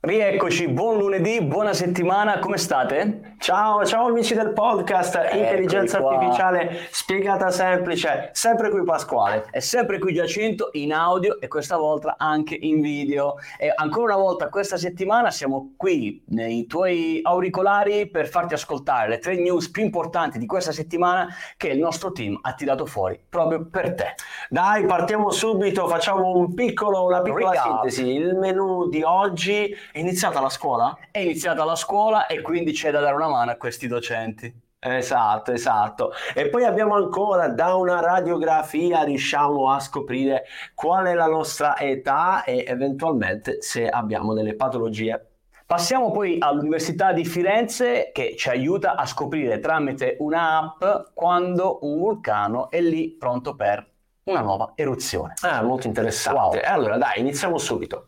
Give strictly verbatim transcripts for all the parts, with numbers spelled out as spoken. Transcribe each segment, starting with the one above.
Rieccoci, buon lunedì, buona settimana, come state? Ciao, ciao amici del podcast Intelligenza Eccoci qua. Artificiale spiegata semplice, sempre qui Pasquale. È sempre qui Giacinto in audio e questa volta anche in video. E ancora una volta questa settimana siamo qui nei tuoi auricolari per farti ascoltare le tre news più importanti di questa settimana che il nostro team ha tirato fuori proprio per te. Dai, partiamo subito, facciamo un piccolo, una piccola Recap. sintesi. Il menù di oggi: è iniziata la scuola? È iniziata la scuola e quindi c'è da dare una mano a questi docenti. Esatto, esatto. E poi abbiamo ancora, da una radiografia riusciamo a scoprire qual è la nostra età e eventualmente se abbiamo delle patologie. Passiamo poi all'Università di Firenze che ci aiuta a scoprire tramite un'app quando un vulcano è lì pronto per una nuova eruzione. Ah, molto interessante. Wow. E allora dai, iniziamo subito.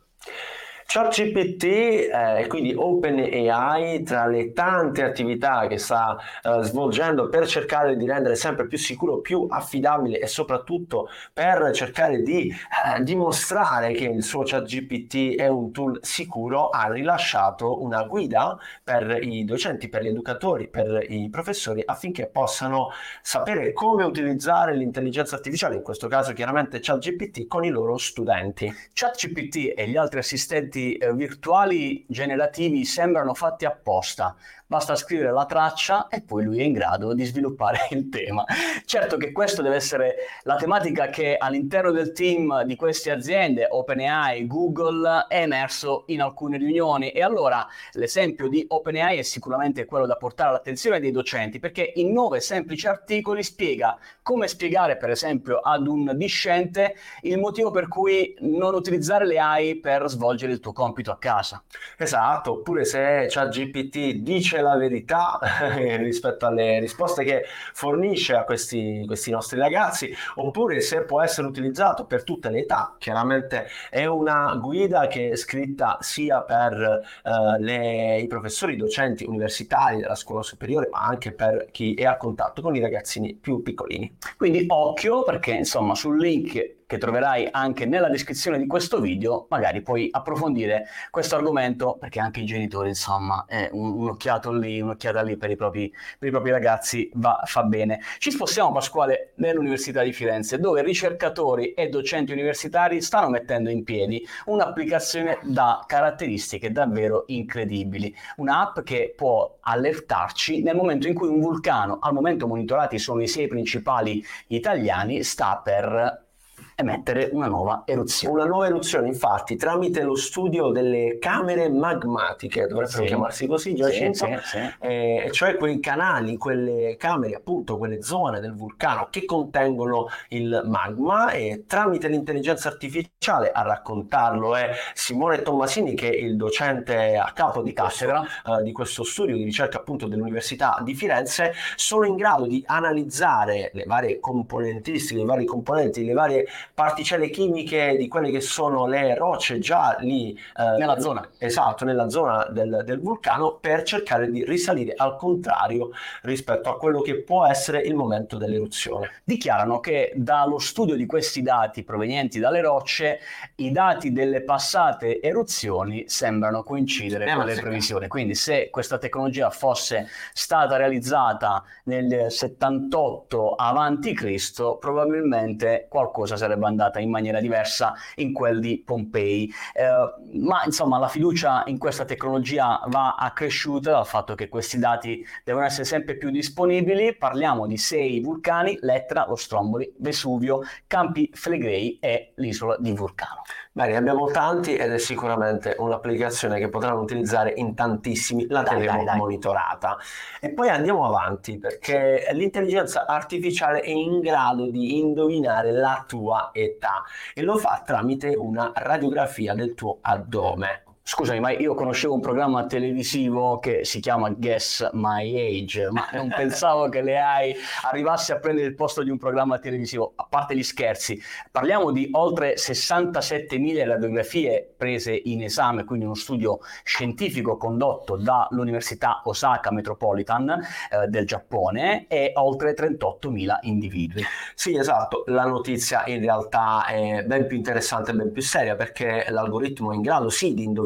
ChatGPT eh, e quindi OpenAI, tra le tante attività che sta eh, svolgendo per cercare di rendere sempre più sicuro, più affidabile e soprattutto per cercare di eh, dimostrare che il suo ChatGPT è un tool sicuro, ha rilasciato una guida per i docenti, per gli educatori, per i professori affinché possano sapere come utilizzare l'intelligenza artificiale, in questo caso chiaramente ChatGPT, con i loro studenti. ChatGPT e gli altri assistenti eh, virtuali generativi sembrano fatti apposta. Basta scrivere la traccia e poi lui è in grado di sviluppare il tema. Certo che questo deve essere la tematica che all'interno del team di queste aziende, OpenAI, Google, è emerso in alcune riunioni e allora l'esempio di OpenAI è sicuramente quello da portare all'attenzione dei docenti perché in nove semplici articoli spiega come spiegare per esempio ad un discente il motivo per cui non utilizzare le A I per svolgere il tuo compito a casa. Esatto, oppure se ChatGPT dice la verità rispetto alle risposte che fornisce a questi, questi nostri ragazzi, oppure se può essere utilizzato per tutte le età. Chiaramente è una guida che è scritta sia per eh, le, i professori, i docenti universitari della scuola superiore, ma anche per chi è a contatto con i ragazzini più piccolini. Quindi occhio perché insomma sul link che troverai anche nella descrizione di questo video magari puoi approfondire questo argomento perché anche i genitori insomma eh, un, un'occhiato lì, un'occhiata lì per i propri, per i propri ragazzi va, fa bene. Ci spostiamo Pasquale nell'Università di Firenze dove ricercatori e docenti universitari stanno mettendo in piedi un'applicazione da caratteristiche davvero incredibili, un'app che può allertarci nel momento in cui un vulcano, al momento monitorati sono i sei principali italiani, sta per emettere una nuova eruzione. Una nuova eruzione, infatti, tramite lo studio delle camere magmatiche, dovrebbero Sì. chiamarsi così, Giacinto, Sì, sì, sì. eh, cioè quei canali, quelle camere, appunto, quelle zone del vulcano che contengono il magma, e tramite l'intelligenza artificiale a raccontarlo è Simone Tommasini, che è il docente a capo di cattedra eh, di questo studio di ricerca appunto dell'Università di Firenze, sono in grado di analizzare le varie componentistiche, i vari componenti, le varie particelle chimiche di quelle che sono le rocce già lì eh, nella zona esatto nella zona del, del vulcano, per cercare di risalire al contrario rispetto a quello che può essere il momento dell'eruzione. Dichiarano che dallo studio di questi dati provenienti dalle rocce i dati delle passate eruzioni sembrano coincidere eh, con le previsioni, quindi se questa tecnologia fosse stata realizzata nel settantotto avanti Cristo probabilmente qualcosa sarebbe andata in maniera diversa in quel di Pompei. Eh, ma insomma la fiducia in questa tecnologia va accresciuta dal fatto che questi dati devono essere sempre più disponibili. Parliamo di sei vulcani: l'Etna, lo Stromboli, Vesuvio, Campi Flegrei e l'isola di Vulcano. Beh, ne abbiamo tanti ed è sicuramente un'applicazione che potranno utilizzare in tantissimi, la Dai, terremo dai, dai. monitorata. E poi andiamo avanti, perché l'intelligenza artificiale è in grado di indovinare la tua età e lo fa tramite una radiografia del tuo addome. Scusami, ma io conoscevo un programma televisivo che si chiama Guess My Age, ma non pensavo che le A I arrivasse a prendere il posto di un programma televisivo. A parte gli scherzi, parliamo di oltre sessantasettemila radiografie prese in esame, quindi uno studio scientifico condotto dall'Università Osaka Metropolitan eh, del Giappone, e oltre trentottomila individui. Sì, esatto, la notizia in realtà è ben più interessante e ben più seria, perché l'algoritmo è in grado sì di indovinare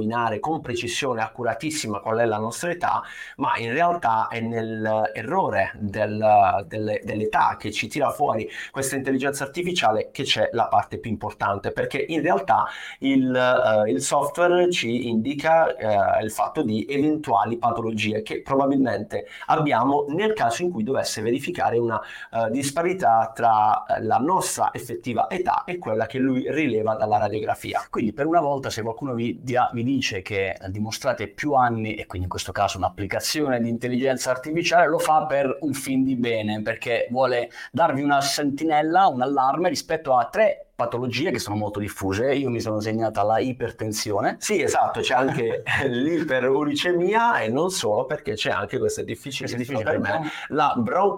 determinare con precisione accuratissima qual è la nostra età, ma in realtà è nell'errore del, del, dell'età che ci tira fuori questa intelligenza artificiale che c'è la parte più importante, perché in realtà il, uh, il software ci indica uh, il fatto di eventuali patologie che probabilmente abbiamo nel caso in cui dovesse verificare una uh, disparità tra la nostra effettiva età e quella che lui rileva dalla radiografia. Quindi per una volta, se qualcuno vi, dia, vi dice che dimostrate più anni, e quindi in questo caso un'applicazione di intelligenza artificiale, lo fa per un fin di bene, perché vuole darvi una sentinella, un allarme rispetto a tre patologie che sono molto diffuse. Io mi sono segnata la ipertensione. Sì, esatto, c'è anche l'iperuricemia e non solo, perché c'è anche, questo è difficilissimo per me, la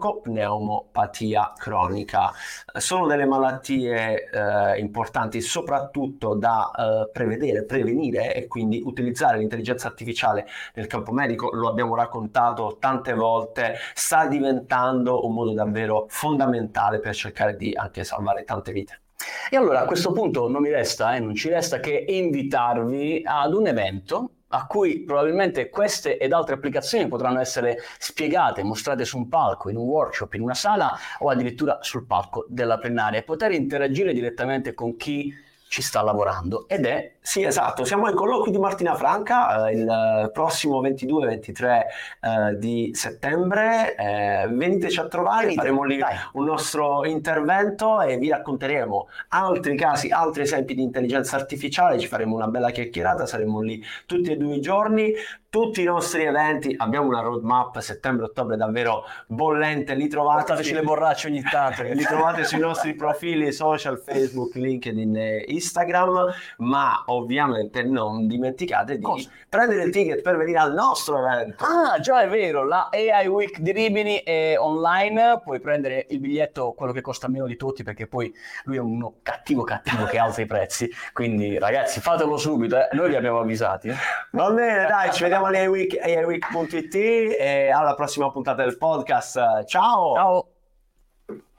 broncopneumopatia cronica. Sono delle malattie eh, importanti soprattutto da eh, prevedere, prevenire, e quindi utilizzare l'intelligenza artificiale nel campo medico, lo abbiamo raccontato tante volte, sta diventando un modo davvero fondamentale per cercare di anche salvare tante vite. E allora a questo punto non mi resta, eh, non ci resta che invitarvi ad un evento a cui probabilmente queste ed altre applicazioni potranno essere spiegate, mostrate su un palco, in un workshop, in una sala o addirittura sul palco della plenaria, e poter interagire direttamente con chi ci sta lavorando. Ed è... Sì, esatto, siamo ai colloqui di Martina Franca eh, il prossimo ventidue ventitré eh, di settembre. Eh, veniteci a trovare, Venite, faremo lì dai. un nostro intervento e vi racconteremo altri casi, altri esempi di intelligenza artificiale, ci faremo una bella chiacchierata, saremo lì tutti e due i giorni. Tutti i nostri eventi, abbiamo una roadmap settembre-ottobre davvero bollente, li trovate, portateci le borracce ogni tanto, li trovate sui nostri profili social, Facebook, LinkedIn e Instagram, ma ovviamente non dimenticate di Cosa? prendere il ticket per venire al nostro evento. Ah, già, è vero, la A I Week di Rimini è online, puoi prendere il biglietto, quello che costa meno di tutti, perché poi lui è uno cattivo cattivo che alza i prezzi, quindi ragazzi fatelo subito, eh. Noi vi abbiamo avvisati. Eh. Va bene, dai, ci vediamo alle A I Week, A I Week punto it e alla prossima puntata del podcast. Ciao! Ciao!